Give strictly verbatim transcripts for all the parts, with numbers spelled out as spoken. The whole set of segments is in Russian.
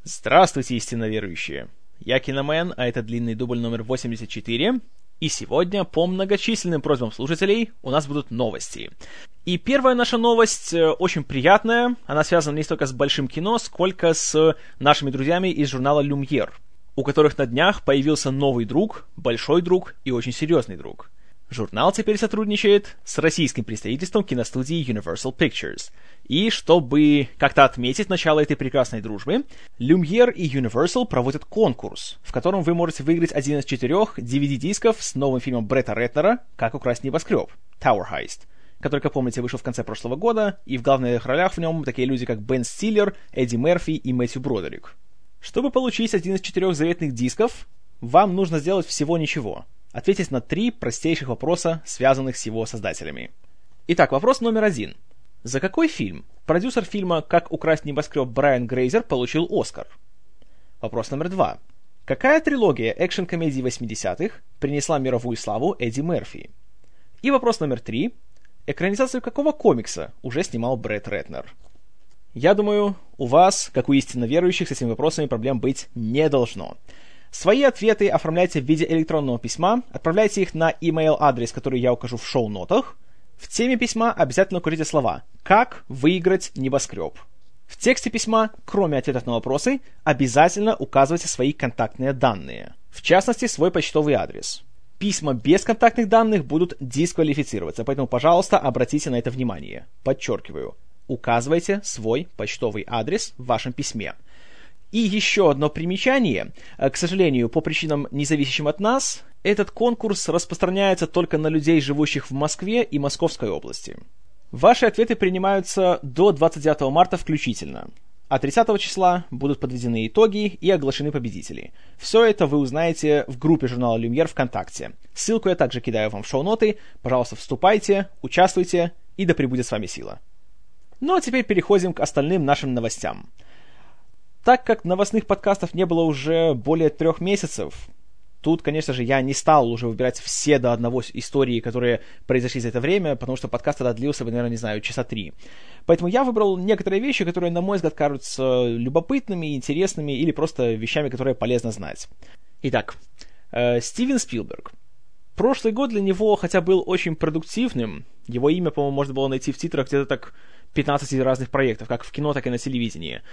Здравствуйте, истинно верующие! Я Киномен, а это длинный дубль номер восемьдесят четыре. И сегодня, по многочисленным просьбам слушателей, у нас будут новости. И первая наша новость э, очень приятная. Она связана не столько с большим кино, сколько с нашими друзьями из журнала Lumière, у которых на днях появился новый друг, большой друг и очень серьезный друг. Журнал теперь сотрудничает с российским представительством киностудии Universal Pictures. И чтобы как-то отметить начало этой прекрасной дружбы, Lumière и Universal проводят конкурс, в котором вы можете выиграть один из четырех ди ви ди-дисков с новым фильмом Бретта Рэтнера «Как украсть небоскреб» Tower Heist, который, как помните, вышел в конце прошлого года, и в главных ролях в нем такие люди, как Бен Стиллер, Эдди Мерфи и Мэтью Бродерик. Чтобы получить один из четырех заветных дисков, вам нужно сделать всего ничего. Ответить на три простейших вопроса, связанных с его создателями. Итак, вопрос номер один. За какой фильм продюсер фильма «Как украсть небоскреб» Брайан Грейзер получил Оскар? Вопрос номер два. Какая трилогия экшн-комедий восьмидесятых принесла мировую славу Эдди Мерфи? И вопрос номер три. Экранизацию какого комикса уже снимал Бретт Рэтнер? Я думаю, у вас, как у истинно верующих, с этими вопросами проблем быть не должно. Свои ответы оформляйте в виде электронного письма, отправляйте их на email-адрес, который я укажу в шоу-нотах. В теме письма обязательно укажите слова «Как выиграть небоскреб». В тексте письма, кроме ответов на вопросы, обязательно указывайте свои контактные данные. В частности, свой почтовый адрес. Письма без контактных данных будут дисквалифицироваться, поэтому, пожалуйста, обратите на это внимание. Подчеркиваю, указывайте свой почтовый адрес в вашем письме. И еще одно примечание. К сожалению, по причинам, не зависящим от нас, этот конкурс распространяется только на людей, живущих в Москве и Московской области. Ваши ответы принимаются до двадцать девятого марта включительно. А тридцатого числа будут подведены итоги и оглашены победители. Все это вы узнаете в группе журнала Lumière ВКонтакте. Ссылку я также кидаю вам в шоу-ноты. Пожалуйста, вступайте, участвуйте, и да пребудет с вами сила. Ну а теперь переходим к остальным нашим новостям. Так как новостных подкастов не было уже более трех месяцев, тут, конечно же, я не стал уже выбирать все до одного истории, которые произошли за это время, потому что подкаст тогда длился бы, наверное, не знаю, часа три. Поэтому я выбрал некоторые вещи, которые, на мой взгляд, кажутся любопытными, интересными или просто вещами, которые полезно знать. Итак, э, Стивен Спилберг. Прошлый год для него, хотя был очень продуктивным, его имя, по-моему, можно было найти в титрах где-то так пятнадцать разных проектов, как в кино, так и на телевидении.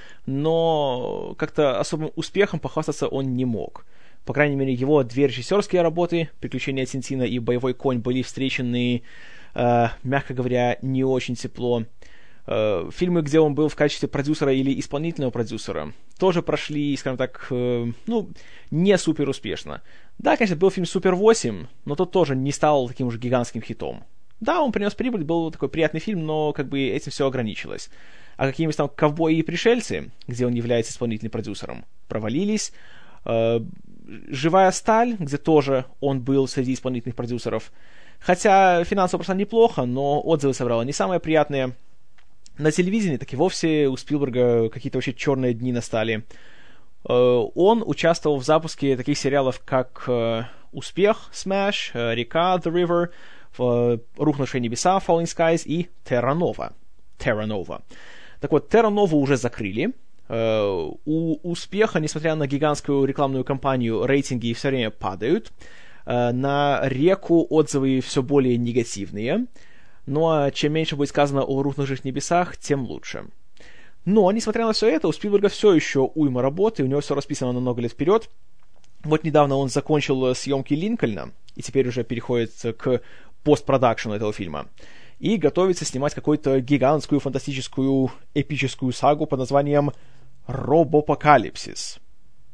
Но как-то особым успехом похвастаться он не мог. По крайней мере, его две режиссерские работы «Приключения Тинтина» и «Боевой конь» были встречены, э, мягко говоря, не очень тепло. Э, фильмы, где он был в качестве продюсера или исполнительного продюсера, тоже прошли, скажем так, э, ну, не супер успешно. Да, конечно, был фильм «Супер восемь», но тот тоже не стал таким уж гигантским хитом. Да, он принес прибыль, был такой приятный фильм, но как бы этим все ограничилось. А какие-нибудь там «Ковбои и пришельцы», где он является исполнительным продюсером, провалились. Э, «Живая сталь», где тоже он был среди исполнительных продюсеров. Хотя финансово прошло неплохо, но отзывы собрало не самые приятные. На телевидении так и вовсе у Спилберга какие-то вообще черные дни настали. Э, он участвовал в запуске таких сериалов, как э, «Успех», «Smash», э, «Река», «The River», в «Рухнувшие небеса», Falling Skies и Terra Nova. Terra Nova. Так вот, Terra Nova уже закрыли. Uh, у «Успеха», несмотря на гигантскую рекламную кампанию, рейтинги все время падают. Uh, на «Реку» отзывы все более негативные. Ну а чем меньше будет сказано о «Рухнувших небесах», тем лучше. Но, несмотря на все это, у Спилберга все еще уйма работы, у него все расписано на много лет вперед. Вот недавно он закончил съемки «Линкольна», и теперь уже переходит к постпродакшену этого фильма. И готовится снимать какую-то гигантскую, фантастическую, эпическую сагу под названием «Робопокалипсис».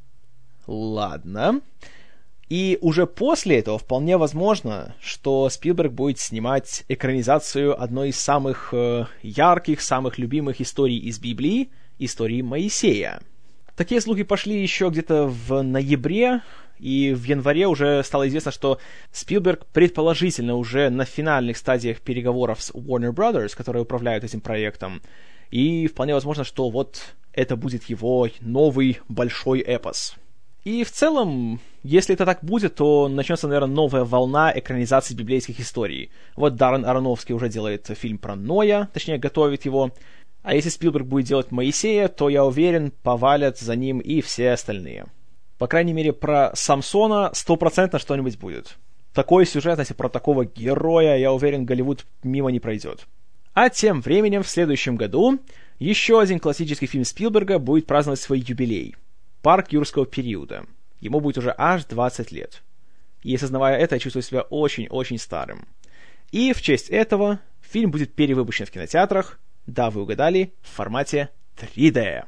Ладно. И уже после этого вполне возможно, что Спилберг будет снимать экранизацию одной из самых э, ярких, самых любимых историй из Библии, истории Моисея. Такие слухи пошли еще где-то в ноябре, и в январе уже стало известно, что Спилберг предположительно уже на финальных стадиях переговоров с Warner Brothers, которые управляют этим проектом, и вполне возможно, что вот это будет его новый большой эпос. И в целом, если это так будет, то начнется, наверное, новая волна экранизаций библейских историй. Вот Даррен Аронофски уже делает фильм про Ноя, точнее, готовит его. А если Спилберг будет делать Моисея, то, я уверен, повалят за ним и все остальные. По крайней мере, про Самсона стопроцентно что-нибудь будет. Такой сюжет, если про такого героя, я уверен, Голливуд мимо не пройдет. А тем временем, в следующем году, еще один классический фильм Спилберга будет праздновать свой юбилей. «Парк юрского периода». Ему будет уже аж двадцать лет. И, осознавая это, я чувствую себя очень-очень старым. И в честь этого фильм будет перевыпущен в кинотеатрах, да, вы угадали, в формате три дэ.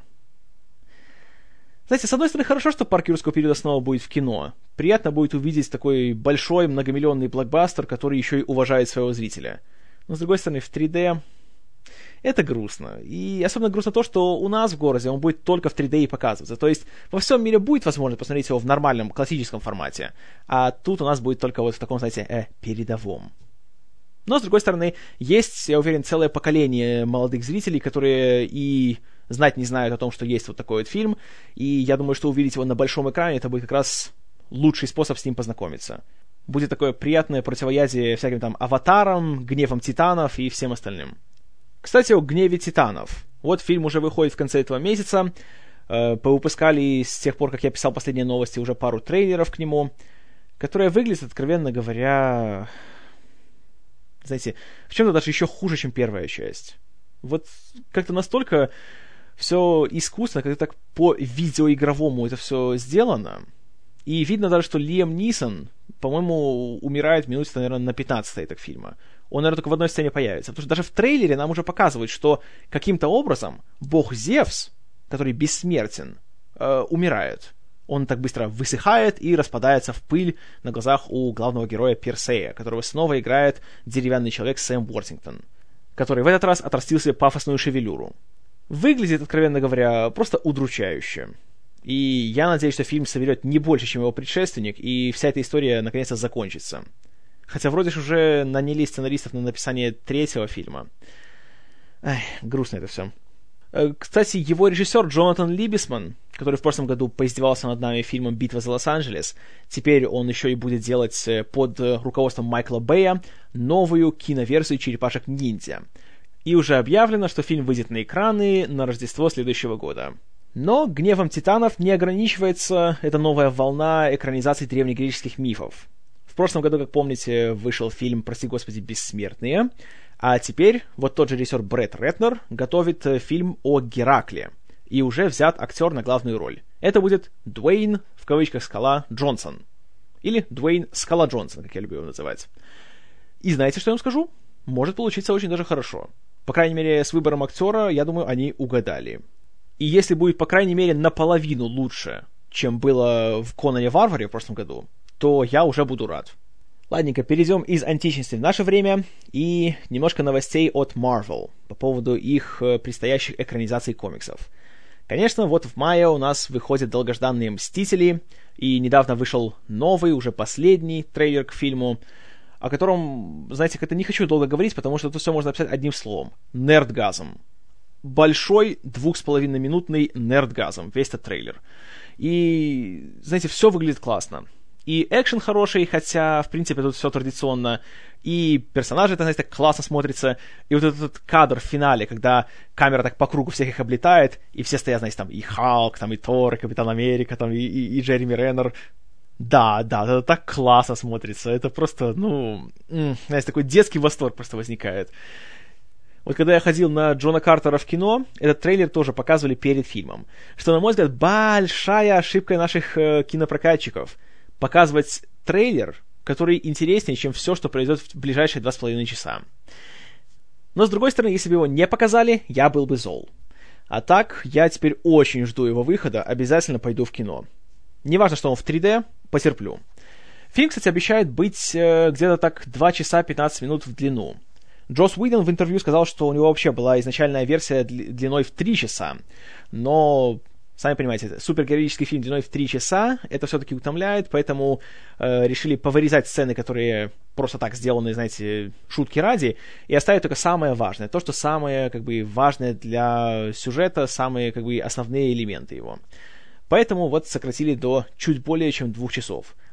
Знаете, с одной стороны, хорошо, что «Парк юрского периода» снова будет в кино. Приятно будет увидеть такой большой многомиллионный блокбастер, который еще и уважает своего зрителя. Но, с другой стороны, в три дэ это грустно. И особенно грустно то, что у нас в городе он будет только в три дэ и показываться. То есть во всем мире будет возможность посмотреть его в нормальном классическом формате, а тут у нас будет только вот в таком, знаете, э, передовом. Но, с другой стороны, есть, я уверен, целое поколение молодых зрителей, которые и знать не знают о том, что есть вот такой вот фильм, и я думаю, что увидеть его на большом экране, это будет как раз лучший способ с ним познакомиться. Будет такое приятное противоядие всяким там «Аватарам», «Гневом титанов» и всем остальным. Кстати, о «Гневе титанов». Вот фильм уже выходит в конце этого месяца. Э, повыпускали с тех пор, как я писал последние новости, уже пару трейлеров к нему, которые выглядят, откровенно говоря, знаете, в чем-то даже еще хуже, чем первая часть. Вот как-то настолько все искусно, как-то так по видеоигровому это все сделано. И видно даже, что Лиам Нисон, по-моему, умирает минуте, наверное, на пятнадцатой так фильма. Он, наверное, только в одной сцене появится. Потому что даже в трейлере нам уже показывают, что каким-то образом бог Зевс, который бессмертен, э, умирает. Он так быстро высыхает и распадается в пыль на глазах у главного героя Персея, которого снова играет деревянный человек Сэм Уортингтон, который в этот раз отрастил себе пафосную шевелюру. Выглядит, откровенно говоря, просто удручающе. И я надеюсь, что фильм соберет не больше, чем его предшественник, и вся эта история наконец-то закончится. Хотя вроде же уже наняли сценаристов на написание третьего фильма. Эх, грустно это все. Кстати, его режиссер Джонатан Либисман, который в прошлом году поиздевался над нами фильмом «Битва за Лос-Анджелес», теперь он еще и будет делать под руководством Майкла Бэя новую киноверсию «Черепашек-ниндзя». И уже объявлено, что фильм выйдет на экраны на Рождество следующего года. Но «Гневом титанов» не ограничивается эта новая волна экранизаций древнегреческих мифов. В прошлом году, как помните, вышел фильм, прости господи, «Бессмертные», а теперь вот тот же режиссер Бретт Рэтнер готовит фильм о Геракле, и уже взят актер на главную роль. Это будет Дуэйн, в кавычках, «Скала» Джонсон. Или Дуэйн «Скала Джонсон», как я люблю его называть. И знаете, что я вам скажу? Может получиться очень даже хорошо. По крайней мере, с выбором актера, я думаю, они угадали. И если будет, по крайней мере, наполовину лучше, чем было в «Конане Варваре» в прошлом году, то я уже буду рад. Ладненько, перейдем из античности в наше время и немножко новостей от Marvel по поводу их предстоящих экранизаций комиксов. Конечно, вот в мае у нас выходят долгожданные «Мстители», и недавно вышел новый, уже последний трейлер к фильму, о котором, знаете, как-то не хочу долго говорить, потому что тут все можно описать одним словом. Нердгазм. Большой двух с половиной минутный нердгазм, весь этот трейлер. И, знаете, все выглядит классно. И экшен хороший, хотя, в принципе, тут все традиционно. И персонажи, это, знаете, так классно смотрится. И вот этот кадр в финале, когда камера так по кругу всех их облетает, и все стоят, знаете, там и Халк, там и Тор, и Капитан Америка, там и, и, и Джереми Реннер. Да, да, это так классно смотрится. Это просто, ну, знаете, такой детский восторг просто возникает. Вот когда я ходил на Джона Картера в кино, этот трейлер тоже показывали перед фильмом. Что, на мой взгляд, большая ошибка наших э, кинопрокатчиков. Показывать трейлер, который интереснее, чем все, что произойдет в ближайшие два с половиной часа. Но, с другой стороны, если бы его не показали, я был бы зол. А так, я теперь очень жду его выхода, обязательно пойду в кино. Неважно, что он в три дэ, потерплю. Фильм, кстати, обещает быть э, где-то так два часа пятнадцать минут в длину. Джосс Уидон в интервью сказал, что у него вообще была изначальная версия длиной в три часа, но, сами понимаете, супергероический фильм длиной в три часа, это все-таки утомляет, поэтому э, решили повырезать сцены, которые просто так сделаны, знаете, шутки ради, и оставить только самое важное, то, что самое, как бы, важное для сюжета, самые, как бы, основные элементы его. Поэтому вот сократили до чуть более чем двух часов.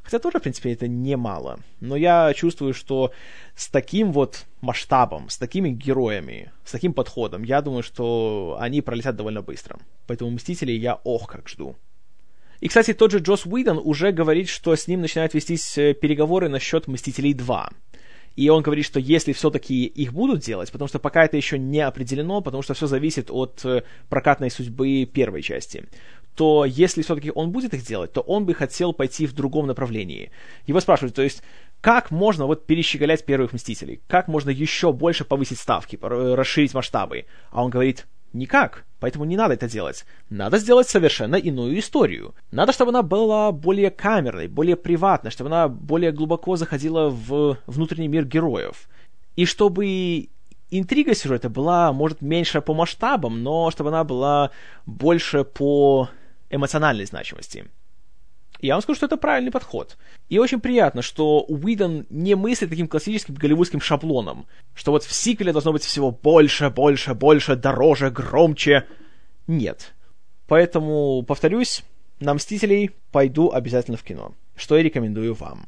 Хотя тоже, в принципе, это немало. Но я чувствую, что с таким вот масштабом, с такими героями, с таким подходом, я думаю, что они пролетят довольно быстро. Поэтому «Мстителей» я ох как жду. И, кстати, тот же Джосс Уидон уже говорит, что с ним начинают вестись переговоры насчет «Мстителей два». И он говорит, что если все-таки их будут делать, потому что пока это еще не определено, потому что все зависит от прокатной судьбы первой части, то если все-таки он будет их делать, то он бы хотел пойти в другом направлении. Его спрашивают, то есть, как можно вот перещеголять первых «Мстителей? Как можно еще больше повысить ставки, расширить масштабы? А он говорит, никак, поэтому не надо это делать. Надо сделать совершенно иную историю. Надо, чтобы она была более камерной, более приватной, чтобы она более глубоко заходила в внутренний мир героев. И чтобы интрига сюжета была, может, меньше по масштабам, но чтобы она была больше по эмоциональной значимости. И я вам скажу, что это правильный подход. И очень приятно, что Уидон не мыслит таким классическим голливудским шаблоном, что вот в сиквеле должно быть всего больше, больше, больше, дороже, громче. Нет. Поэтому, повторюсь, на «Мстителей» пойду обязательно в кино, что и рекомендую вам.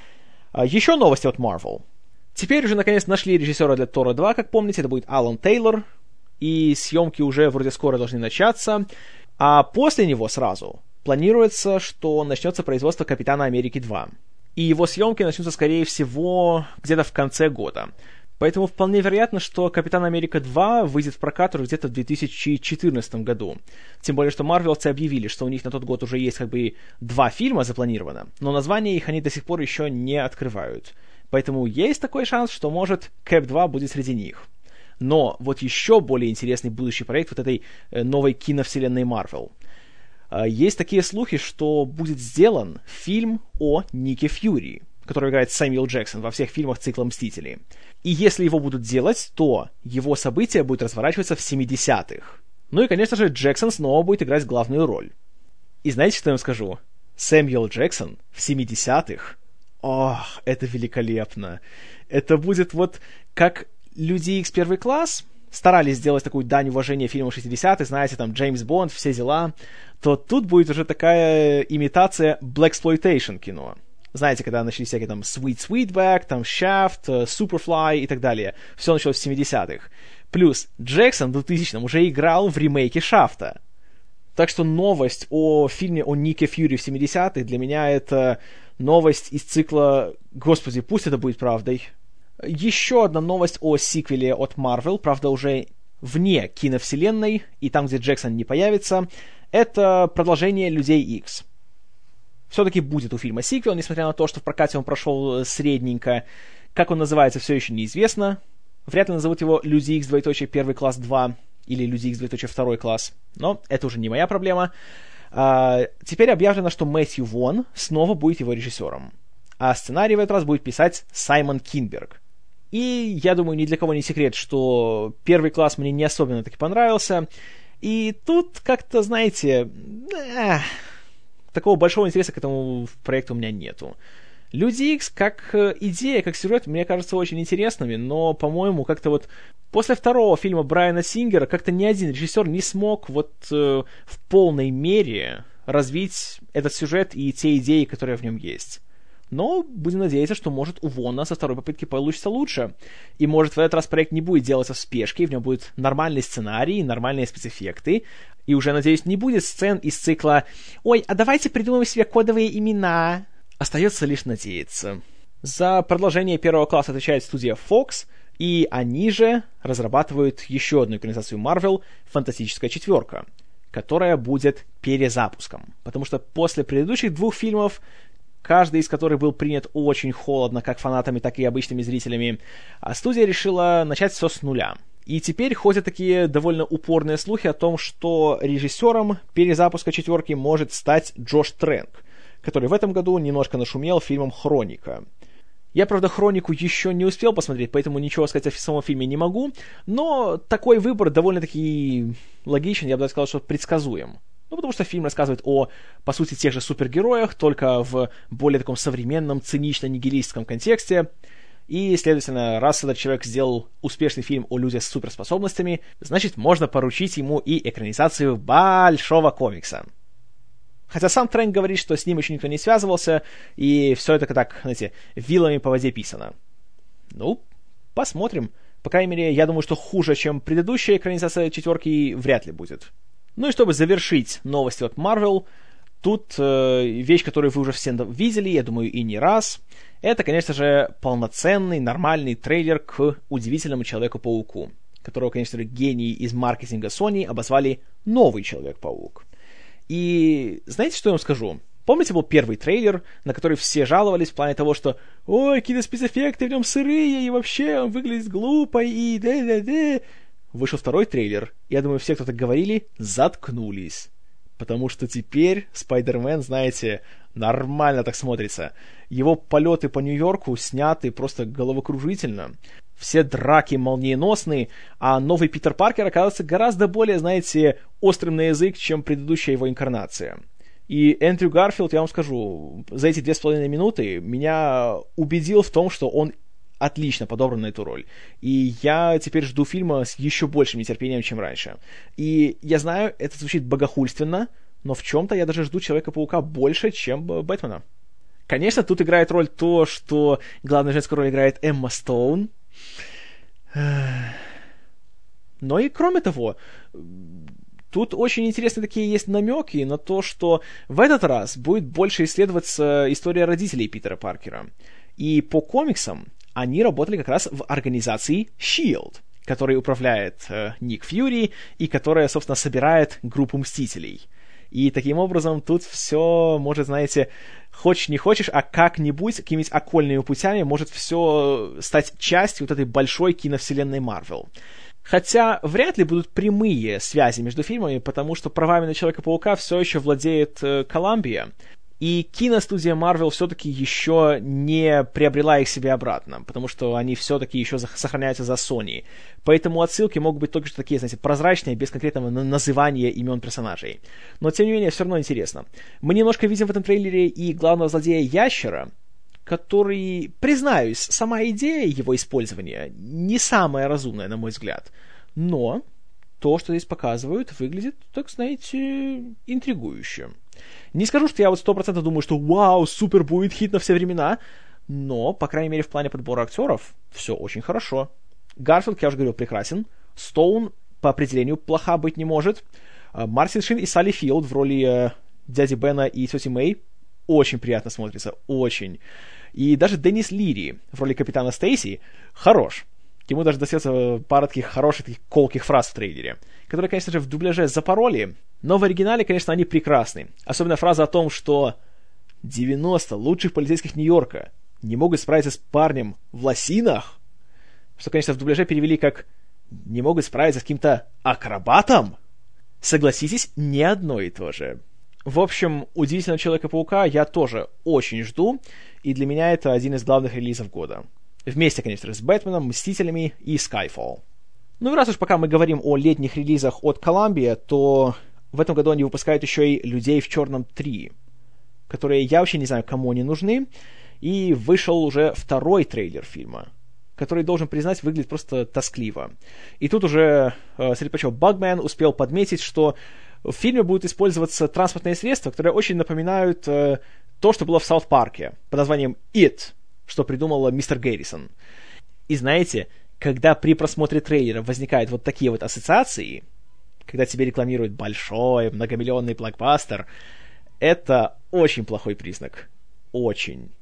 Еще новости от Marvel. Теперь уже наконец нашли режиссера для Тора два, как помните, это будет Алан Тейлор, и съемки уже вроде скоро должны начаться, а после него сразу планируется, что начнется производство Капитана Америки два. И его съемки начнутся, скорее всего, где-то в конце года. Поэтому вполне вероятно, что Капитан Америка два выйдет в прокат уже где-то в две тысячи четырнадцатом году. Тем более, что марвелцы объявили, что у них на тот год уже есть как бы два фильма запланировано, но названия их они до сих пор еще не открывают. Поэтому есть такой шанс, что, может, Кэп два будет среди них. Но вот еще более интересный будущий проект вот этой новой киновселенной Marvel. Есть такие слухи, что будет сделан фильм о Нике Фьюри, который играет Сэмюэл Джексон во всех фильмах цикла «Мстители». И если его будут делать, то его события будут разворачиваться в семидесятых. Ну и, конечно же, Джексон снова будет играть главную роль. И знаете, что я вам скажу? Сэмюэл Джексон в семидесятых? Ох, это великолепно. Это будет вот как «Люди Икс первый класс», старались сделать такую дань уважения фильму шестидесятых, знаете, там, Джеймс Бонд, все дела, то тут будет уже такая имитация blaxploitation кино. Знаете, когда начались всякие там Sweet Sweetback, там Shaft, Superfly и так далее. Все началось в семидесятых. Плюс Джексон в двухтысячном уже играл в ремейке Шафта. Так что новость о фильме о Нике Фьюри в семидесятых для меня это новость из цикла «Господи, пусть это будет правдой». Еще одна новость о сиквеле от Marvel, правда уже вне киновселенной, и там, где Джексон не появится, это продолжение «Людей Икс». Все-таки будет у фильма сиквел, несмотря на то, что в прокате он прошел средненько. Как он называется, все еще неизвестно. Вряд ли назовут его «Люди Икс, двоеточие, первый класс два» или «Люди Икс, двоеточие, второй класс». Но это уже не моя проблема. А, теперь объявлено, что Мэтью Вон снова будет его режиссером. А сценарий в этот раз будет писать Саймон Кинберг. И я думаю, ни для кого не секрет, что первый класс мне не особенно таки понравился. И тут как-то, знаете, эх, такого большого интереса к этому проекту у меня нету. Люди Икс как идея, как сюжет, мне кажется очень интересными, но, по-моему, как-то вот после второго фильма Брайана Сингера как-то ни один режиссер не смог вот э, в полной мере развить этот сюжет и те идеи, которые в нем есть. Но будем надеяться, что, может, у Вона со второй попытки получится лучше. И, может, в этот раз проект не будет делаться в спешке, в нем будет нормальный сценарий, нормальные спецэффекты. И уже, надеюсь, не будет сцен из цикла «Ой, а давайте придумаем себе кодовые имена». Остается лишь надеяться. За продолжение первого класса отвечает студия Fox, и они же разрабатывают еще одну экранизацию Marvel «Фантастическая четверка», которая будет перезапуском. Потому что после предыдущих двух фильмов, каждый из которых был принят очень холодно, как фанатами, так и обычными зрителями, а студия решила начать все с нуля. И теперь ходят такие довольно упорные слухи о том, что режиссером перезапуска четверки может стать Джош Трэнк, который в этом году немножко нашумел фильмом «Хроника». Я, правда, «Хронику» еще не успел посмотреть, поэтому ничего сказать о самом фильме не могу, но такой выбор довольно-таки логичен, я бы даже сказал, что предсказуем. Ну, потому что фильм рассказывает о, по сути, тех же супергероях, только в более таком современном, цинично-нигилистском контексте. И, следовательно, раз этот человек сделал успешный фильм о людях с суперспособностями, значит, можно поручить ему и экранизацию большого комикса. Хотя сам Трэнк говорит, что с ним еще никто не связывался, и все это так, знаете, вилами по воде писано. Ну, посмотрим. По крайней мере, я думаю, что хуже, чем предыдущая экранизация четверки, вряд ли будет. Ну и чтобы завершить новости от Marvel, тут э, вещь, которую вы уже все видели, я думаю, и не раз, это, конечно же, полноценный, нормальный трейлер к удивительному Человеку-пауку, которого, конечно же, гении из маркетинга Sony обозвали «Новый Человек-паук». И знаете, что я вам скажу? Помните, был первый трейлер, на который все жаловались в плане того, что «Ой, какие-то спецэффекты в нем сырые, и вообще он выглядит глупо, и да-да-да». Вышел второй трейлер, и я думаю, все, кто так говорили, заткнулись. Потому что теперь Спайдермен, знаете, нормально так смотрится. Его полеты по Нью-Йорку сняты просто головокружительно. Все драки молниеносные, а новый Питер Паркер оказывается гораздо более, знаете, острым на язык, чем предыдущая его инкарнация. И Эндрю Гарфилд, я вам скажу, за эти две с половиной минуты меня убедил в том, что он отлично подобран на эту роль. И я теперь жду фильма с еще большим нетерпением, чем раньше. И я знаю, это звучит богохульственно, но в чем-то я даже жду Человека-паука больше, чем Бэтмена. Конечно, тут играет роль то, что главную женскую роль играет Эмма Стоун. Но и кроме того, тут очень интересные такие есть намеки на то, что в этот раз будет больше исследоваться история родителей Питера Паркера. И по комиксам они работали как раз в организации щилд, которой управляет э, Ник Фьюри и которая, собственно, собирает группу Мстителей. И таким образом тут все может, знаете, хочешь не хочешь, а как-нибудь, какими-нибудь окольными путями может все стать частью вот этой большой киновселенной Marvel. Хотя вряд ли будут прямые связи между фильмами, потому что правами на Человека-паука все еще владеет э, Columbia. И киностудия Marvel все-таки еще не приобрела их себе обратно, потому что они все-таки еще за- сохраняются за Sony. Поэтому отсылки могут быть только что такие, знаете, прозрачные, без конкретного на- называния имен персонажей. Но, тем не менее, все равно интересно. Мы немножко видим в этом трейлере и главного злодея Ящера, который, признаюсь, сама идея его использования не самая разумная, на мой взгляд. Но то, что здесь показывают, выглядит, так знаете, интригующе. Не скажу, что я вот сто процентов думаю, что вау, супер, будет хит на все времена, но, по крайней мере, в плане подбора актеров все очень хорошо. Гарфилд, я уже говорил, прекрасен. Стоун по определению плоха быть не может. Мартин Шин и Салли Филд в роли э, дяди Бена и тети Мэй очень приятно смотрится, очень. И даже Деннис Лири в роли капитана Стейси хорош. Ему даже достается пара таких хороших, таких колких фраз в трейлере, которые, конечно же, в дубляже запороли, но в оригинале, конечно, они прекрасны. Особенно фраза о том, что девяносто лучших полицейских Нью-Йорка не могут справиться с парнем в лосинах, что, конечно, в дубляже перевели как «не могут справиться с каким-то акробатом». Согласитесь, не одно и то же. В общем, «Удивительного Человека-паука» я тоже очень жду, и для меня это один из главных релизов года. Вместе, конечно, с Бэтменом, Мстителями и Skyfall. Ну и раз уж пока мы говорим о летних релизах от Columbia, то в этом году они выпускают еще и «Людей в черном три», которые я вообще не знаю, кому они нужны, и вышел уже второй трейлер фильма, который, должен признать, выглядит просто тоскливо. И тут уже, э, среди прочего, Багмен успел подметить, что в фильме будут использоваться транспортные средства, которые очень напоминают э, то, что было в Саут-Парке под названием «It», что придумал мистер Гэррисон. И знаете, когда при просмотре трейлера возникают вот такие вот ассоциации, когда тебе рекламируют большой, многомиллионный блокбастер, это очень плохой признак. Очень.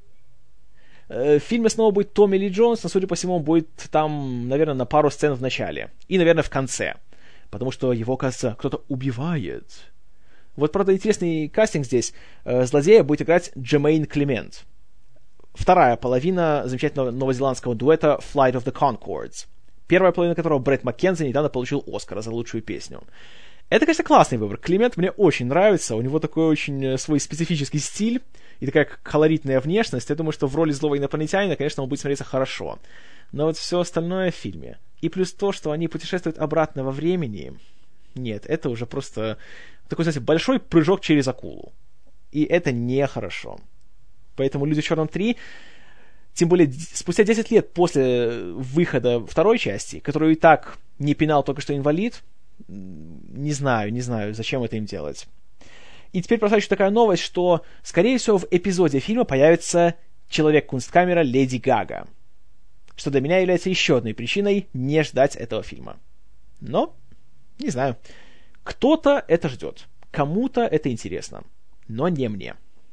В фильме снова будет Томми Ли Джонс, но, судя по всему, будет там, наверное, на пару сцен в начале. И, наверное, в конце. Потому что его, кажется, кто-то убивает. Вот, правда, интересный кастинг здесь. Злодея будет играть Джемейн Клемент. Вторая половина замечательного новозеландского дуэта Flight of the Conchords. Первая половина которого Брэд Маккензи недавно получил Оскара за лучшую песню. Это, конечно, классный выбор. Клемент мне очень нравится. У него такой очень свой специфический стиль и такая колоритная внешность. Я думаю, что в роли злого инопланетянина, конечно, он будет смотреться хорошо. Но вот все остальное в фильме. И плюс то, что они путешествуют обратно во времени. Нет, это уже просто такой, знаете, большой прыжок через акулу. И это нехорошо. Поэтому «Люди в черном три», тем более спустя десять лет после выхода второй части, которую и так не пинал только что инвалид, не знаю, не знаю, зачем это им делать. И теперь прошла еще такая новость, что, скорее всего, в эпизоде фильма появится Человек-Кунсткамера Леди Гага. Что для меня является еще одной причиной не ждать этого фильма. Но, не знаю, кто-то это ждет, кому-то это интересно, но не мне.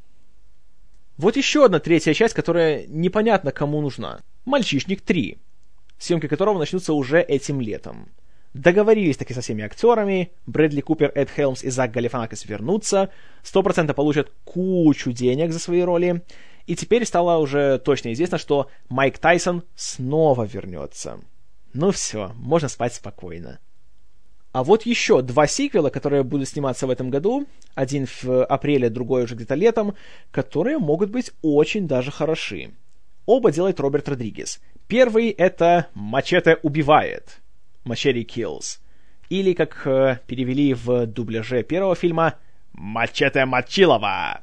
Вот еще одна третья часть, которая непонятно кому нужна. «Мальчишник три», съемки которого начнутся уже этим летом. Договорились таки со всеми актерами, Брэдли Купер, Эд Хелмс и Зак Галифанакис вернутся, сто процентов получат кучу денег за свои роли, и теперь стало уже точно известно, что Майк Тайсон снова вернется. Ну все, можно спать спокойно. А вот еще два сиквела, которые будут сниматься в этом году, один в апреле, другой уже где-то летом, которые могут быть очень даже хороши. Оба делает Роберт Родригес. Первый — это «Мачете убивает», «Machete Kills», или, как э, перевели в дубляже первого фильма, «Мачете Мочилова».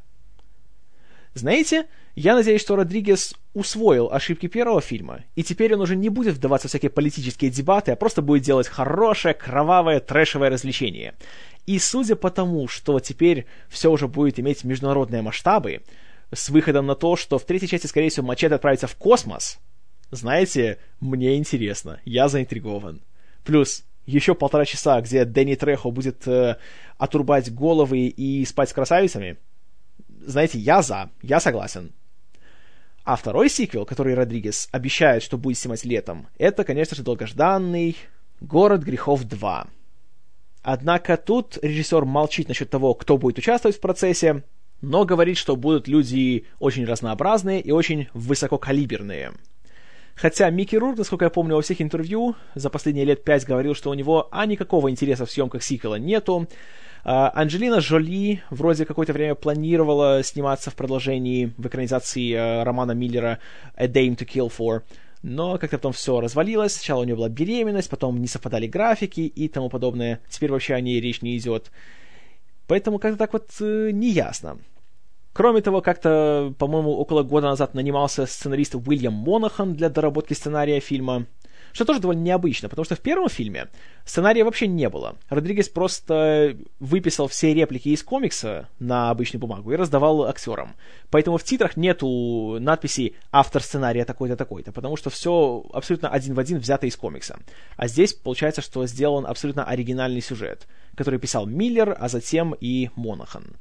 Знаете, я надеюсь, что Родригес усвоил ошибки первого фильма, и теперь он уже не будет вдаваться в всякие политические дебаты, а просто будет делать хорошее, кровавое, трэшевое развлечение. И судя по тому, что теперь все уже будет иметь международные масштабы, с выходом на то, что в третьей части, скорее всего, Мачете отправится в космос, знаете, мне интересно, я заинтригован. Плюс еще полтора часа, где Дэнни Трехо будет э, отрубать головы и спать с красавицами. Знаете, я за, я согласен. А второй сиквел, который Родригес обещает, что будет снимать летом, это, конечно же, долгожданный «Город грехов два». Однако тут режиссер молчит насчет того, кто будет участвовать в процессе, но говорит, что будут люди очень разнообразные и очень высококалиберные. Хотя Микки Рурк, насколько я помню, во всех интервью за последние лет пять говорил, что у него а никакого интереса в съемках сиквела нету. А Анджелина Джоли вроде какое-то время планировала сниматься в продолжении в экранизации а, романа Миллера «A Dame to Kill For», но как-то потом все развалилось. Сначала у нее была беременность, потом не совпадали графики и тому подобное. Теперь вообще о ней речь не идет. Поэтому как-то так вот э, неясно. Кроме того, как-то, по-моему, около года назад нанимался сценарист Уильям Монахан для доработки сценария фильма, что тоже довольно необычно, потому что в первом фильме сценария вообще не было. Родригес просто выписал все реплики из комикса на обычную бумагу и раздавал актерам. Поэтому в титрах нету надписи «автор сценария такой-то, такой-то», потому что все абсолютно один в один взято из комикса. А здесь получается, что сделан абсолютно оригинальный сюжет, который писал Миллер, а затем и Монахан.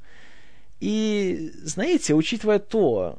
И, знаете, учитывая то,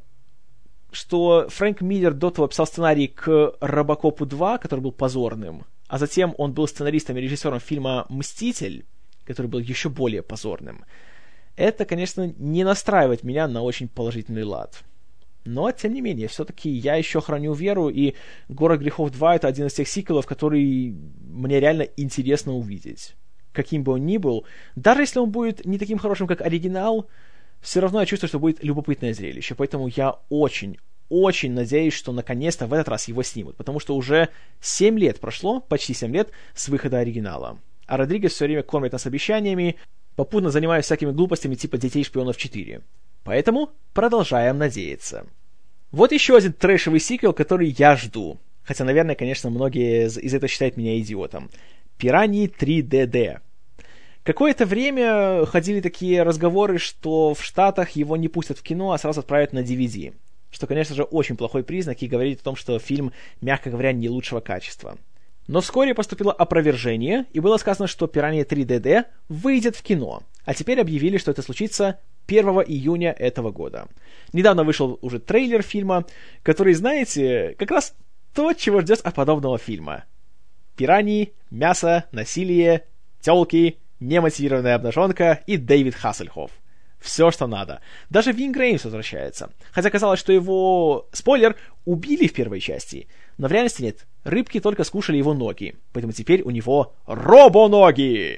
что Фрэнк Миллер до того писал сценарий к «Робокопу два», который был позорным, а затем он был сценаристом и режиссером фильма «Мститель», который был еще более позорным, это, конечно, не настраивает меня на очень положительный лад. Но, тем не менее, все-таки я еще храню веру, и «Город грехов два» — это один из тех сиквелов, который мне реально интересно увидеть. Каким бы он ни был, даже если он будет не таким хорошим, как оригинал, все равно я чувствую, что будет любопытное зрелище, поэтому я очень, очень надеюсь, что наконец-то в этот раз его снимут, потому что уже семь лет прошло, почти семь лет, с выхода оригинала. А Родригес все время кормит нас обещаниями, попутно занимаясь всякими глупостями типа «Детей шпионов четыре». Поэтому продолжаем надеяться. Вот еще один трэшевый сиквел, который я жду. Хотя, наверное, конечно, многие из этого считают меня идиотом. «Пираньи три дэ дэ». Какое-то время ходили такие разговоры, что в Штатах его не пустят в кино, а сразу отправят на ди ви ди. Что, конечно же, очень плохой признак и говорит о том, что фильм, мягко говоря, не лучшего качества. Но вскоре поступило опровержение, и было сказано, что «Пираньи три дэ дэ» выйдет в кино. А теперь объявили, что это случится первого июня этого года. Недавно вышел уже трейлер фильма, который, знаете, как раз то, чего ждешь от подобного фильма. Пираньи, мясо, насилие, тёлки, немотивированная обнаженка и Дэвид Хассельхофф. Все, что надо. Даже Винг Реймс возвращается. Хотя казалось, что его, спойлер, убили в первой части. Но в реальности нет. Рыбки только скушали его ноги. Поэтому теперь у него робо-ноги!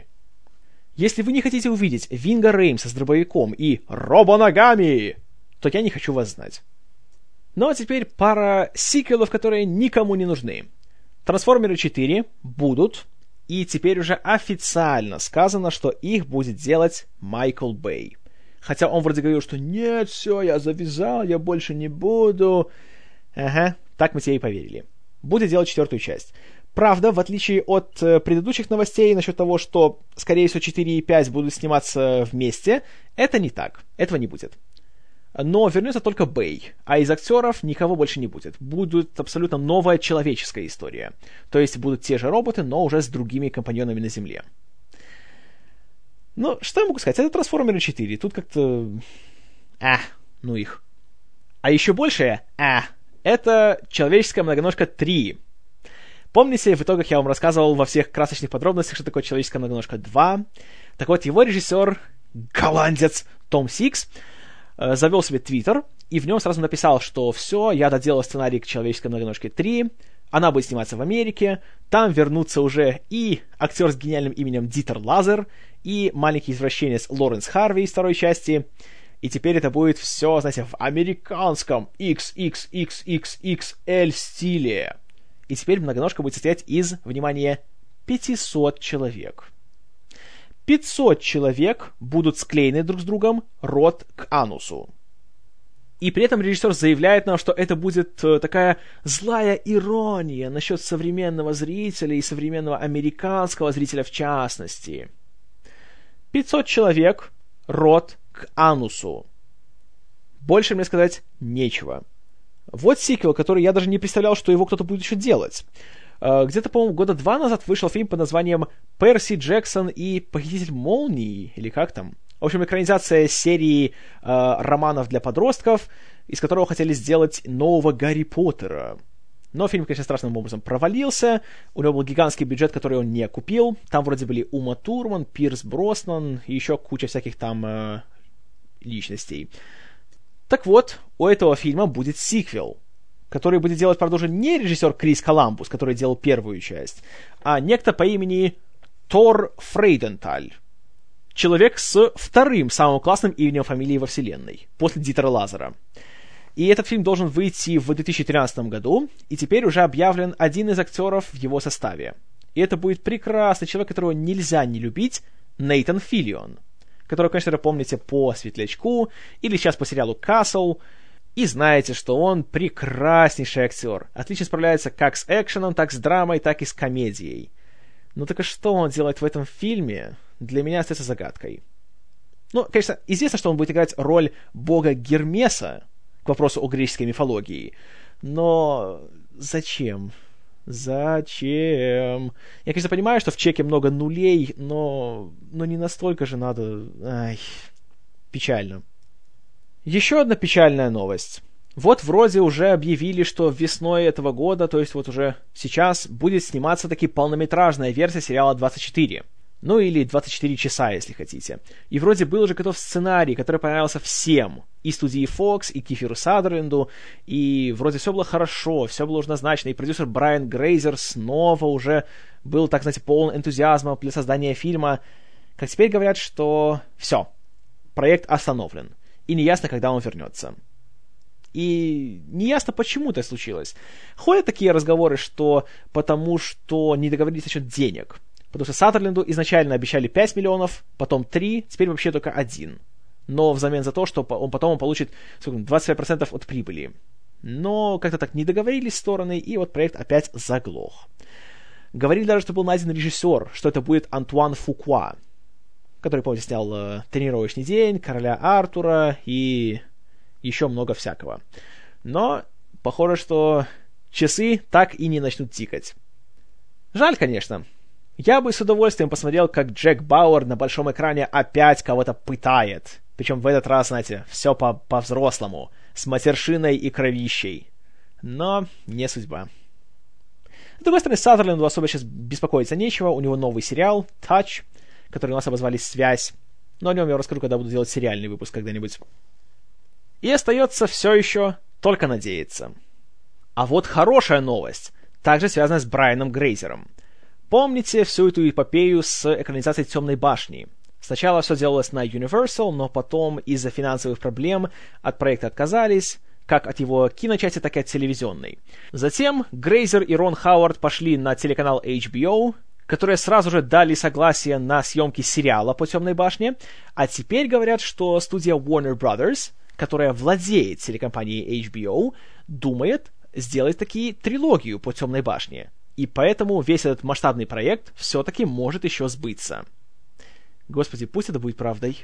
Если вы не хотите увидеть Винга Реймса с дробовиком и робо-ногами, то я не хочу вас знать. Ну а теперь пара сиквелов, которые никому не нужны. Трансформеры четыре будут... И теперь уже официально сказано, что их будет делать Майкл Бэй. Хотя он вроде говорил, что «нет, все, я завязал, я больше не буду». Ага, так мы тебе и поверили. Будет делать четвертую часть. Правда, в отличие от э, предыдущих новостей насчет того, что, скорее всего, четыре и пять будут сниматься вместе, это не так. Этого не будет. Но вернется только Бэй, а из актеров никого больше не будет. Будет абсолютно новая человеческая история. То есть будут те же роботы, но уже с другими компаньонами на Земле. Ну, что я могу сказать? Это Трансформеры четыре. Тут как-то... А, ну их. А еще большее... А, это Человеческая многоножка три. Помните, в итогах я вам рассказывал во всех красочных подробностях, что такое Человеческая многоножка два. Так вот, его режиссер, голландец Том Сикс, э, завел себе твиттер, и в нем сразу написал, что все, я доделал сценарий к Человеческой многоножке три, она будет сниматься в Америке, там вернутся уже и актер с гениальным именем Дитер Лазер, и маленький извращенец Лоренс Харви из второй части, и теперь это будет все, знаете, в американском икс икс икс икс икс эль стиле. И теперь многоножка будет состоять из, внимание, пятьсот человек. пятьсот человек будут склеены друг с другом рот к анусу. И при этом режиссер заявляет нам, что это будет такая злая ирония насчет современного зрителя и современного американского зрителя в частности. пятьсот человек, рот к анусу. Больше мне сказать нечего. Вот сиквел, который я даже не представлял, что его кто-то будет еще делать. Где-то, по-моему, года два назад вышел фильм под названием «Перси Джексон и Похититель молний», или как там. В общем, экранизация серии э, романов для подростков, из которого хотели сделать нового Гарри Поттера. Но фильм, конечно, страшным образом провалился. У него был гигантский бюджет, который он не купил. Там вроде были Ума Турман, Пирс Броснан и еще куча всяких там э, личностей. Так вот, у этого фильма будет сиквел, который будет делать, правда, уже не режиссер Крис Коламбус, который делал первую часть, а некто по имени Тор Фрейденталь. Человек с вторым самым классным именем фамилии во вселенной, после Дитера Лазера. И этот фильм должен выйти в две тысячи тринадцатом году, и теперь уже объявлен один из актеров в его составе. И это будет прекрасный человек, которого нельзя не любить, Нейтан Филлион, которого, конечно же, помните по «Светлячку» или сейчас по сериалу «Касл», и знаете, что он прекраснейший актер, отлично справляется как с экшеном, так с драмой, так и с комедией. Ну так и что он делает в этом фильме, для меня остается загадкой. Ну, конечно, известно, что он будет играть роль бога Гермеса, к вопросу о греческой мифологии, но зачем? Зачем? Я, конечно, понимаю, что в чеке много нулей, но, но не настолько же надо... Ай, печально. Еще одна печальная новость. Вот вроде уже объявили, что весной этого года, то есть вот уже сейчас, будет сниматься таки полнометражная версия сериала двадцать четыре. Ну или двадцать четыре часа, если хотите. И вроде был уже готов сценарий, который понравился всем. И студии Fox, и Киферу Садерленду. И вроде все было хорошо, все было уже назначено. И продюсер Брайан Грейзер снова уже был, так знаете, полон энтузиазма для создания фильма. Как теперь говорят, что все, проект остановлен. И неясно, когда он вернется. И неясно, почему это случилось. Ходят такие разговоры, что потому что не договорились насчет денег. Потому что Садерленду изначально обещали пять миллионов, потом три, теперь вообще только один. Но взамен за то, что он потом он получит сколько, двадцать пять процентов от прибыли. Но как-то так не договорились стороны, и вот проект опять заглох. Говорили даже, что был найден режиссер, что это будет Антуан Фукуа, который, помните, снял э, «Тренировочный день», «Короля Артура» и еще много всякого. Но похоже, что часы так и не начнут тикать. Жаль, конечно. Я бы с удовольствием посмотрел, как Джек Бауэр на большом экране опять кого-то пытает. Причем в этот раз, знаете, все по- по-взрослому, с матершиной и кровищей. Но не судьба. С другой стороны, Садерленду особо сейчас беспокоиться нечего. У него новый сериал «Touch», который у нас обозвали «Связь». Но о нем я расскажу, когда буду делать сериальный выпуск когда-нибудь. И остается все еще только надеяться. А вот хорошая новость, также связанная с Брайаном Грейзером. Помните всю эту эпопею с экранизацией «Темной башни»? Сначала все делалось на Universal, но потом из-за финансовых проблем от проекта отказались, как от его киночасти, так и от телевизионной. Затем Грейзер и Рон Хауард пошли на телеканал эйч би о, которые сразу же дали согласие на съемки сериала по «Темной башне», а теперь говорят, что студия Warner Brothers, которая владеет телекомпанией эйч би о, думает сделать таки трилогию по «Темной башне». И поэтому весь этот масштабный проект все-таки может еще сбыться. Господи, пусть это будет правдой.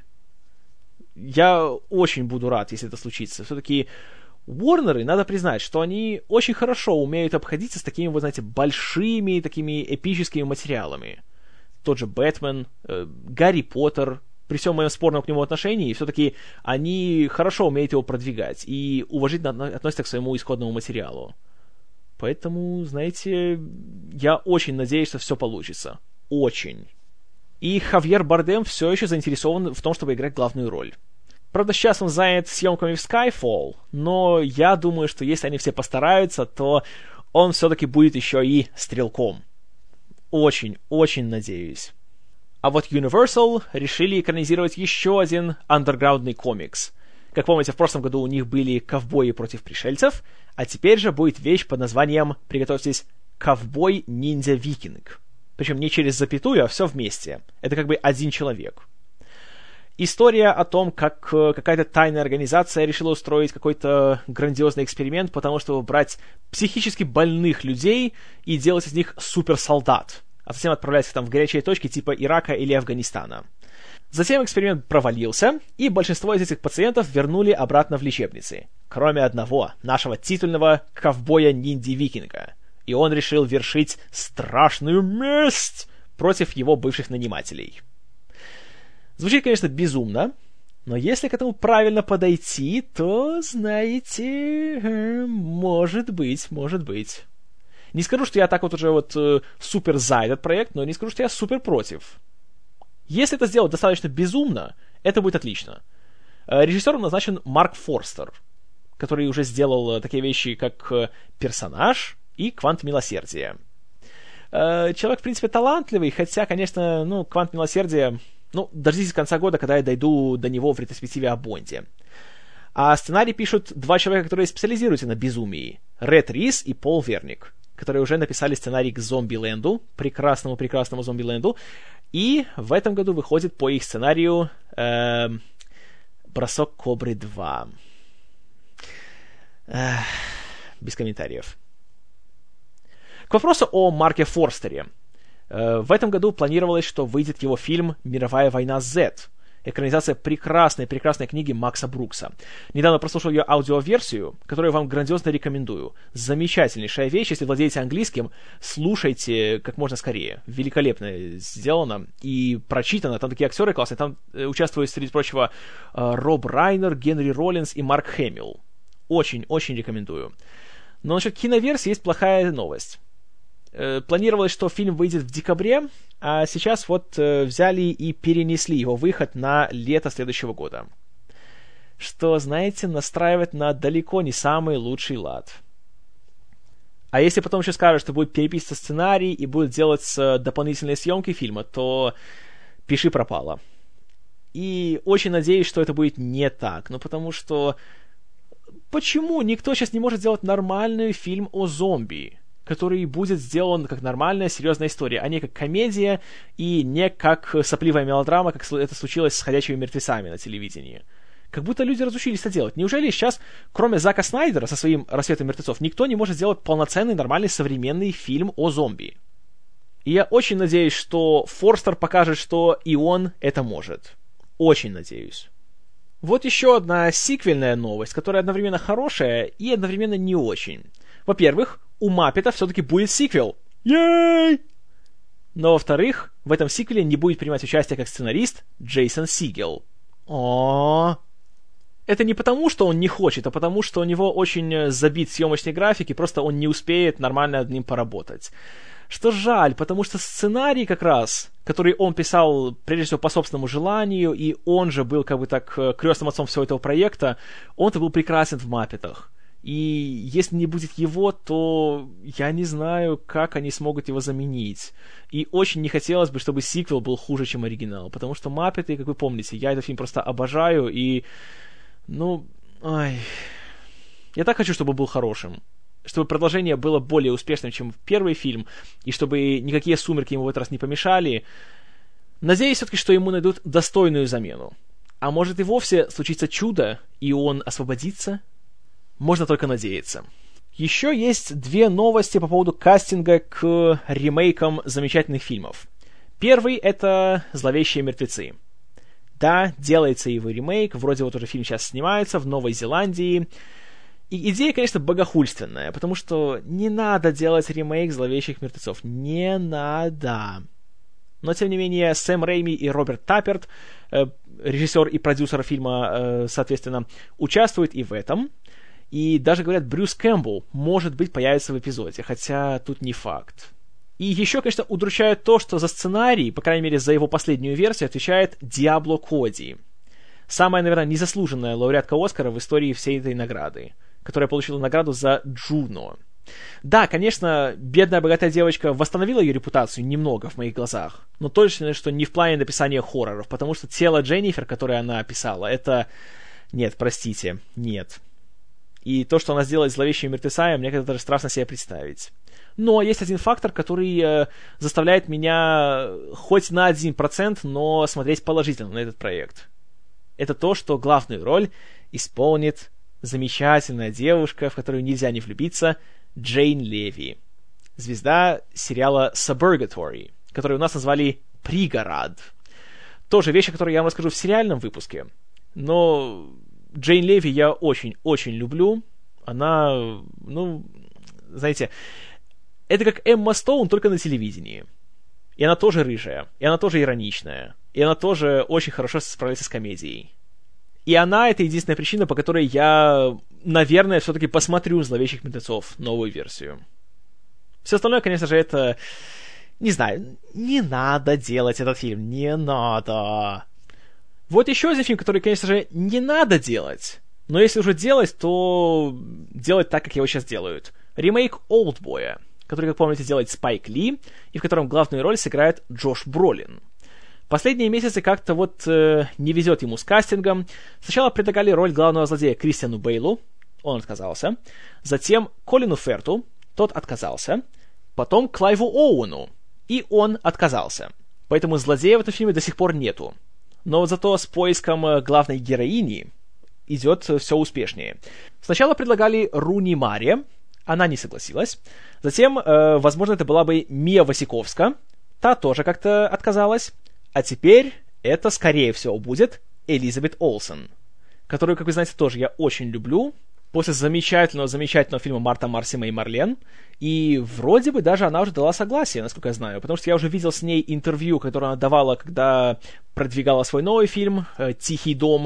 Я очень буду рад, если это случится. Все-таки Уорнеры, надо признать, что они очень хорошо умеют обходиться с такими, вот знаете, большими, такими эпическими материалами. Тот же Бэтмен, э, Гарри Поттер, при всем моем спорном к нему отношении, все-таки они хорошо умеют его продвигать и уважительно относятся к своему исходному материалу. Поэтому, знаете, я очень надеюсь, что все получится. Очень. И Хавьер Бардем все еще заинтересован в том, чтобы играть главную роль. Правда, сейчас он занят съемками в Skyfall, но я думаю, что если они все постараются, то он все-таки будет еще и стрелком. Очень, очень надеюсь. А вот Universal решили экранизировать еще один андерграундный комикс. Как помните, в прошлом году у них были «Ковбои против пришельцев», а теперь же будет вещь под названием, приготовьтесь, «Ковбой-ниндзя-викинг». Причем не через запятую, а все вместе. Это как бы один человек. История о том, как какая-то тайная организация решила устроить какой-то грандиозный эксперимент, потому что брать психически больных людей и делать из них суперсолдат, а затем отправлять их там в горячие точки типа Ирака или Афганистана. Затем эксперимент провалился, и большинство из этих пациентов вернули обратно в лечебницы, кроме одного, нашего титульного ковбоя-ниндзя-викинга. И он решил вершить страшную месть против его бывших нанимателей. Звучит, конечно, безумно, но если к этому правильно подойти, то, знаете, может быть, может быть. Не скажу, что я так вот уже вот э, супер за этот проект, но не скажу, что я супер против. Если это сделать достаточно безумно, это будет отлично. Э, режиссером назначен Марк Форстер, который уже сделал такие вещи, как э, «Персонаж» и «Квант милосердия». Э, человек, в принципе, талантливый, хотя, конечно, ну, «Квант милосердия», ну, дождитесь конца года, когда я дойду до него в ретроспективе о Бонде. А сценарий пишут два человека, которые специализируются на безумии. Ред Рис и Пол Верник, которые уже написали сценарий к Зомбиленду, прекрасному-прекрасному Зомбиленду, и в этом году выходит по их сценарию э, «Бросок Кобры два». Эх, без комментариев. К вопросу о Марке Форстере. В этом году планировалось, что выйдет его фильм «Мировая война Z», экранизация прекрасной-прекрасной книги Макса Брукса. Недавно прослушал ее аудиоверсию, которую вам грандиозно рекомендую. Замечательнейшая вещь, если владеете английским, слушайте как можно скорее. Великолепно сделано и прочитано. Там такие актеры классные. Там участвуют, среди прочего, Роб Райнер, Генри Роллинс и Марк Хэмилл. Очень-очень рекомендую. Но насчет киноверсии есть плохая новость. Планировалось, что фильм выйдет в декабре, а сейчас вот э, взяли и перенесли его выход на лето следующего года. Что, знаете, настраивает на далеко не самый лучший лад. А если потом еще скажут, что будет переписываться сценарий и будут делать дополнительные съемки фильма, то пиши пропало. И очень надеюсь, что это будет не так. Ну, потому что... Почему никто сейчас не может сделать нормальный фильм о зомби, который будет сделан как нормальная, серьезная история, а не как комедия и не как сопливая мелодрама, как это случилось с «Ходячими мертвецами» на телевидении. Как будто люди разучились это делать. Неужели сейчас, кроме Зака Снайдера со своим «Рассветом мертвецов», никто не может сделать полноценный, нормальный, современный фильм о зомби? И я очень надеюсь, что Форстер покажет, что и он это может. Очень надеюсь. Вот еще одна сиквельная новость, которая одновременно хорошая и одновременно не очень. Во-первых, у Маппета все-таки будет сиквел. Ей! Но во-вторых, в этом сиквеле не будет принимать участие как сценарист Джейсон Сигел. О, это не потому, что он не хочет, а потому, что у него очень забит съемочный график, и просто он не успеет нормально над ним поработать. Что жаль, потому что сценарий как раз, который он писал, прежде всего, по собственному желанию, и он же был как бы так крестным отцом всего этого проекта, он-то был прекрасен в Маппетах. И если не будет его, то я не знаю, как они смогут его заменить. И очень не хотелось бы, чтобы сиквел был хуже, чем оригинал. Потому что Маппеты, как вы помните, я этот фильм просто обожаю. И, ну, ай... Я так хочу, чтобы был хорошим. Чтобы продолжение было более успешным, чем первый фильм. И чтобы никакие «Сумерки» ему в этот раз не помешали. Надеюсь все-таки, что ему найдут достойную замену. А может и вовсе случится чудо, и он освободится? Можно только надеяться. Еще есть две новости по поводу кастинга к ремейкам замечательных фильмов. Первый — это «Зловещие мертвецы». Да, делается его ремейк, вроде вот уже фильм сейчас снимается в Новой Зеландии. И идея, конечно, богохульственная, потому что не надо делать ремейк «Зловещих мертвецов». Не надо. Но, тем не менее, Сэм Рэйми и Роберт Тапперт, э, режиссер и продюсер фильма, э, соответственно, участвуют и в этом. И даже, говорят, Брюс Кэмпбелл, может быть, появится в эпизоде, хотя тут не факт. И еще, конечно, удручает то, что за сценарий, по крайней мере, за его последнюю версию, отвечает Диабло Коди. Самая, наверное, незаслуженная лауреатка Оскара в истории всей этой награды, которая получила награду за Джуно. Да, конечно, бедная богатая девочка восстановила ее репутацию немного в моих глазах, но точно, что не в плане написания хорроров, потому что тело Дженнифер, которое она описала, это... Нет, простите, нет. И то, что она сделала с «Зловещими мертвецами», мне как-то даже страшно себе представить. Но есть один фактор, который э, заставляет меня хоть на один процент, но смотреть положительно на этот проект. Это то, что главную роль исполнит замечательная девушка, в которую нельзя не влюбиться, Джейн Леви. Звезда сериала Suburgatory, который у нас назвали «Пригород». Тоже вещь, о которой я вам расскажу в сериальном выпуске. Но Джейн Леви я очень-очень люблю. Она, ну, знаете, это как Эмма Стоун, только на телевидении. И она тоже рыжая, и она тоже ироничная, и она тоже очень хорошо справляется с комедией. И она — это единственная причина, по которой я, наверное, все-таки посмотрю «Зловещих мертвецов», новую версию. Все остальное, конечно же, это... Не знаю, не надо делать этот фильм, не надо. Вот еще один фильм, который, конечно же, не надо делать. Но если уже делать, то делать так, как его сейчас делают. Ремейк «Олдбоя», который, как помните, делает Спайк Ли, и в котором главную роль сыграет Джош Бролин. Последние месяцы как-то вот э, не везет ему с кастингом. Сначала предлагали роль главного злодея Кристиану Бейлу, он отказался. Затем Колину Ферту, тот отказался. Потом Клайву Оуэну, и он отказался. Поэтому злодея в этом фильме до сих пор нету. Но вот зато с поиском главной героини идет все успешнее. Сначала предлагали Руни Маре, она не согласилась. Затем, э, возможно, это была бы Мия Васиковска, та тоже как-то отказалась. А теперь это, скорее всего, будет Элизабет Олсен, которую, как вы знаете, тоже я очень люблю. После замечательного-замечательного фильма «Марта, Марси, Мэй, Марлен». И вроде бы даже она уже дала согласие, насколько я знаю, потому что я уже видел с ней интервью, которое она давала, когда продвигала свой новый фильм «Тихий дом».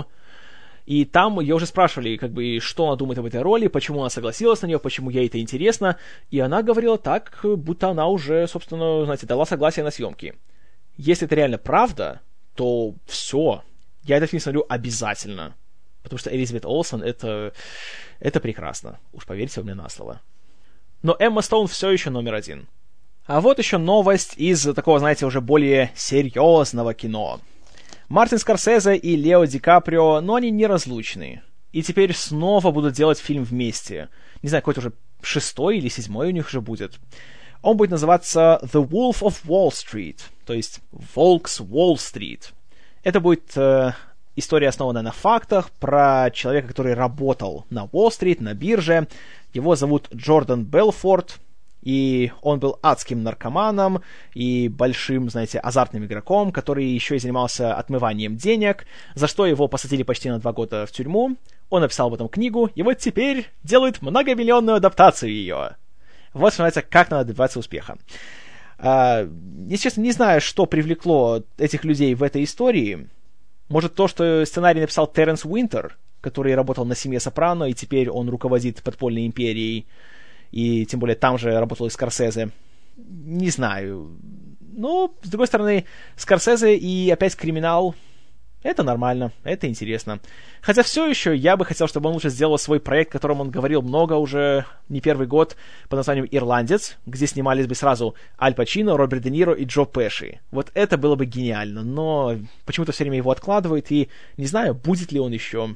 И там ее уже спрашивали, как бы, что она думает об этой роли, почему она согласилась на нее, почему ей это интересно. И она говорила так, будто она уже, собственно, знаете, дала согласие на съемки. Если это реально правда, то все. Я этот фильм смотрю обязательно. Потому что Элизабет Олсен это, это прекрасно. Уж поверьте мне на слово. Но Эмма Стоун все еще номер один. А вот еще новость из такого, знаете, уже более серьезного кино. Мартин Скорсезе и Лео Ди Каприо, но они неразлучны. И теперь снова будут делать фильм вместе. Не знаю, какой-то уже шестой или седьмой у них уже будет. Он будет называться The Wolf of Wall Street, то есть Волк с Уолл-стрит. Это будет э, история, основанная на фактах, про человека, который работал на Уолл-стрит, на бирже. Его зовут Джордан Белфорд, и он был адским наркоманом и большим, знаете, азартным игроком, который еще и занимался отмыванием денег, за что его посадили почти на два года в тюрьму. Он написал об этом книгу, и вот теперь делают многомиллионную адаптацию ее. Вот, что называется, как надо добиваться успеха. А, если честно, не знаю, что привлекло этих людей в этой истории. Может, то, что сценарий написал Терренс Уинтер, который работал на «Семье Сопрано», и теперь он руководит подпольной империей, и тем более там же работал и Скорсезе. Не знаю. Но, с другой стороны, Скорсезе и опять криминал — это нормально, это интересно. Хотя все еще я бы хотел, чтобы он лучше сделал свой проект, о котором он говорил много уже, не первый год, под названием «Ирландец», где снимались бы сразу Аль Пачино, Роберт Де Ниро и Джо Пеши. Вот это было бы гениально, но почему-то все время его откладывают, и не знаю, будет ли он еще.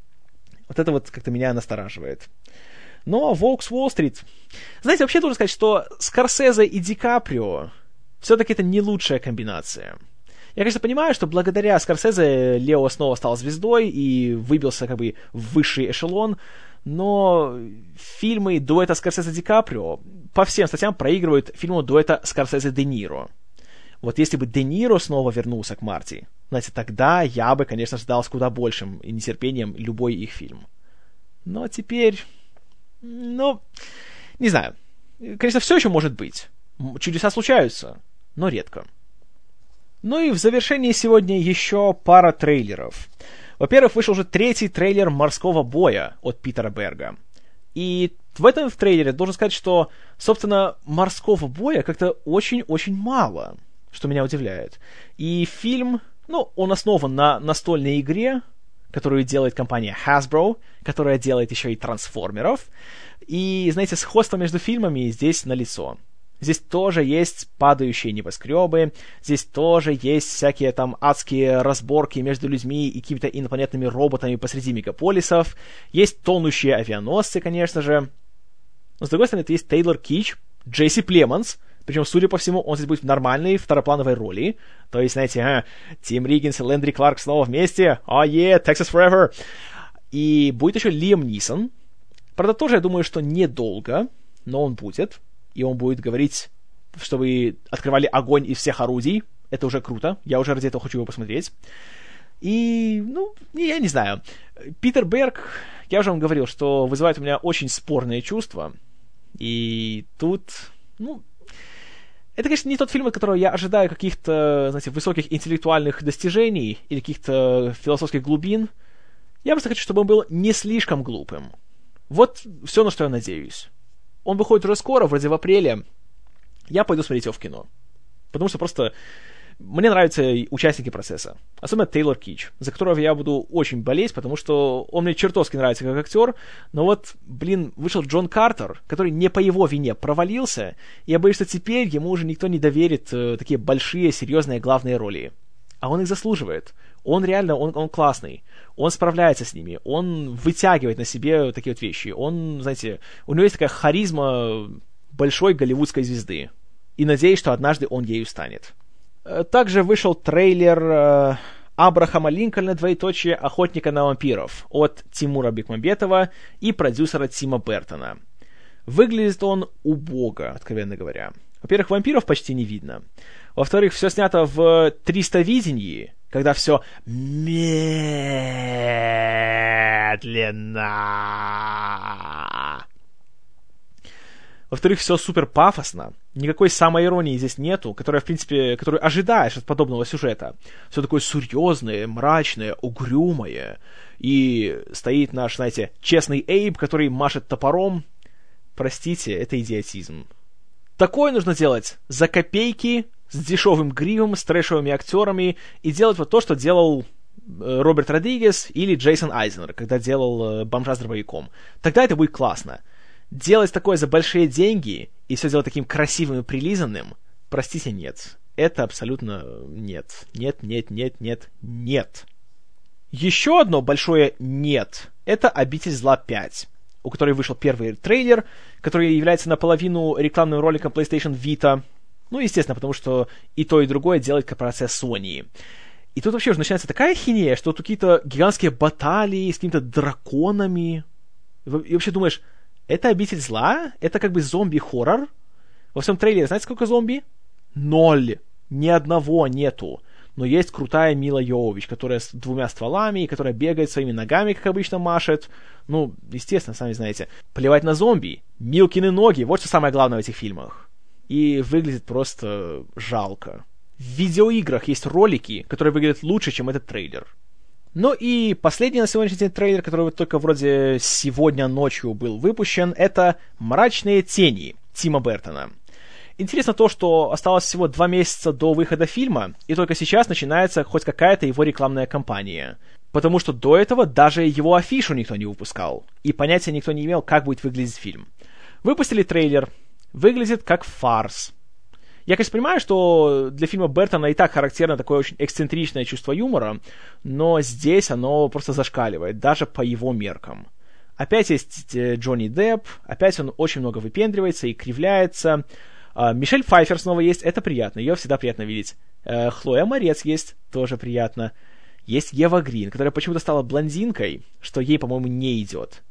Вот это вот как-то меня настораживает. Но «Волк с Уолл-стрит». Знаете, вообще должен сказать, что Скорсезе и Ди Каприо все-таки это не лучшая комбинация. Я, конечно, понимаю, что благодаря Скорсезе Лео снова стал звездой и выбился как бы в высший эшелон, но фильмы дуэта Скорсезе-Ди Каприо по всем статьям проигрывают фильму дуэта Скорсезе-Де Ниро. Вот если бы Де Ниро снова вернулся к Марти, знаете, тогда я бы, конечно, ждал с куда большим и нетерпением любой их фильм. Но теперь... Ну, не знаю. Конечно, все еще может быть. Чудеса случаются, но редко. Ну и в завершении сегодня еще пара трейлеров. Во-первых, вышел уже третий трейлер «Морского боя» от Питера Берга. И в этом в трейлере должен сказать, что, собственно, «Морского боя» как-то очень-очень мало, что меня удивляет. И фильм, ну, он основан на настольной игре, которую делает компания Hasbro, которая делает еще и трансформеров. И, знаете, сходство между фильмами здесь налицо. Здесь тоже есть падающие небоскребы, здесь тоже есть всякие там адские разборки между людьми и какими-то инопланетными роботами посреди мегаполисов, есть тонущие авианосцы, конечно же. Но, с другой стороны, это есть Тейлор Кич, Джесси Племонс, причем, судя по всему, он здесь будет в нормальной второплановой роли. То есть, знаете, а, Тим Риггинс и Лэндри Кларк снова вместе. Oh yeah, Texas Forever. И будет еще Лиам Нисон. Правда, тоже, я думаю, что недолго, но он будет. И он будет говорить, чтобы открывали огонь из всех орудий. Это уже круто. Я уже ради этого хочу его посмотреть. И, ну, я не знаю. Питер Берг, я уже вам говорил, что вызывает у меня очень спорные чувства. И тут, ну... Это, конечно, не тот фильм, от которого я ожидаю каких-то, знаете, высоких интеллектуальных достижений или каких-то философских глубин. Я просто хочу, чтобы он был не слишком глупым. Вот все, на что я надеюсь. Он выходит уже скоро, вроде в апреле. Я пойду смотреть его в кино. Потому что просто мне нравятся участники процесса. Особенно Тейлор Кич, за которого я буду очень болеть, потому что он мне чертовски нравится как актер. Но вот, блин, вышел Джон Картер, который не по его вине провалился. И я боюсь, что теперь ему уже никто не доверит э, такие большие, серьезные главные роли. А он их заслуживает. Он реально, он, он классный. Он справляется с ними. Он вытягивает на себе такие вот вещи. Он, знаете, у него есть такая харизма большой голливудской звезды. И надеюсь, что однажды он ею станет. Также вышел трейлер э, Абрахама Линкольна, двоеточие, «Охотника на вампиров» от Тимура Бекмамбетова и продюсера Тима Бертона. Выглядит он убого, откровенно говоря. Во-первых, вампиров почти не видно. Во-вторых, все снято в триста видении, когда все медленно. Во-вторых, все супер пафосно. Никакой самоиронии здесь нету, которая, в принципе, которую ожидаешь от подобного сюжета. Все такое серьезное, мрачное, угрюмое. И стоит наш, знаете, честный Эйб, который машет топором. Простите, это идиотизм. Такое нужно делать за копейки, с дешевым гримом, с трэшевыми актерами, и делать вот то, что делал э, Роберт Родригес или Джейсон Айзнер, когда делал э, «Бомжа с дробовиком». Тогда это будет классно. Делать такое за большие деньги и все делать таким красивым и прилизанным, простите, нет. Это абсолютно нет. Нет, нет, нет, нет, нет. Еще одно большое «нет» — это «Обитель зла пять», у которой вышел первый трейлер, который является наполовину рекламным роликом PlayStation Vita. Ну, естественно, потому что и то, и другое делает корпорация Sony. И тут вообще уже начинается такая хинея, что тут какие-то гигантские баталии с какими-то драконами. И вообще думаешь, это «Обитель зла»? Это как бы зомби-хоррор? Во всем трейлере знаете, сколько зомби? Ноль. Ни одного нету. Но есть крутая Мила Йовович, которая с двумя стволами, и которая бегает своими ногами, как обычно, машет. Ну, естественно, сами знаете. Плевать на зомби. Милкины ноги. Вот что самое главное в этих фильмах. И выглядит просто жалко. В видеоиграх есть ролики, которые выглядят лучше, чем этот трейлер. Ну и последний на сегодняшний день трейлер, который вот только вроде сегодня ночью был выпущен, это «Мрачные тени» Тима Бертона. Интересно то, что осталось всего два месяца до выхода фильма, и только сейчас начинается хоть какая-то его рекламная кампания. Потому что до этого даже его афишу никто не выпускал, и понятия никто не имел, как будет выглядеть фильм. Выпустили трейлер. Выглядит как фарс. Я, конечно, понимаю, что для фильма Бертона и так характерно такое очень эксцентричное чувство юмора, но здесь оно просто зашкаливает, даже по его меркам. Опять есть Джонни Депп, опять он очень много выпендривается и кривляется. Мишель Пфайффер снова есть, это приятно, ее всегда приятно видеть. Хлоя Морец есть, тоже приятно. Есть Ева Грин, которая почему-то стала блондинкой, что ей, по-моему, не идет.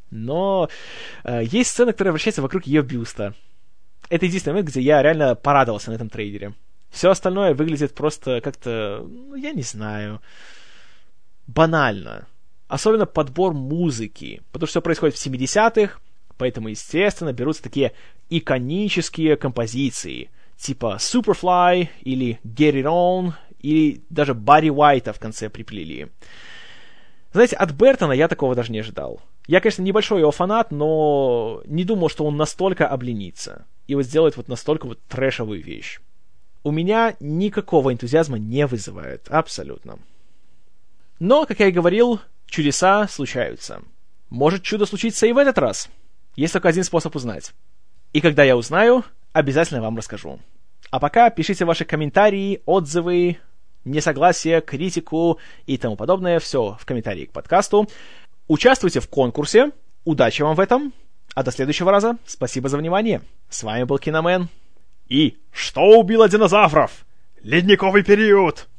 но э, есть сцена, которая вращается вокруг ее бюста. Это единственный момент, где я реально порадовался на этом трейлере. Все остальное выглядит просто как-то, ну, я не знаю, банально. Особенно подбор музыки, потому что все происходит в семидесятых, поэтому, естественно, берутся такие иконические композиции, типа Superfly или Get It On, или даже Барри Уайта в конце приплели. Знаете, от Бертона я такого даже не ожидал. Я, конечно, небольшой его фанат, но не думал, что он настолько обленится и вот сделает вот настолько вот трэшевую вещь. У меня никакого энтузиазма не вызывает, абсолютно. Но, как я и говорил, чудеса случаются. Может чудо случиться и в этот раз. Есть только один способ узнать. И когда я узнаю, обязательно вам расскажу. А пока пишите ваши комментарии, отзывы, несогласие, критику и тому подобное. Все в комментарии к подкасту. Участвуйте в конкурсе. Удачи вам в этом. А до следующего раза. Спасибо за внимание. С вами был Киномен. И что убило динозавров? Ледниковый период!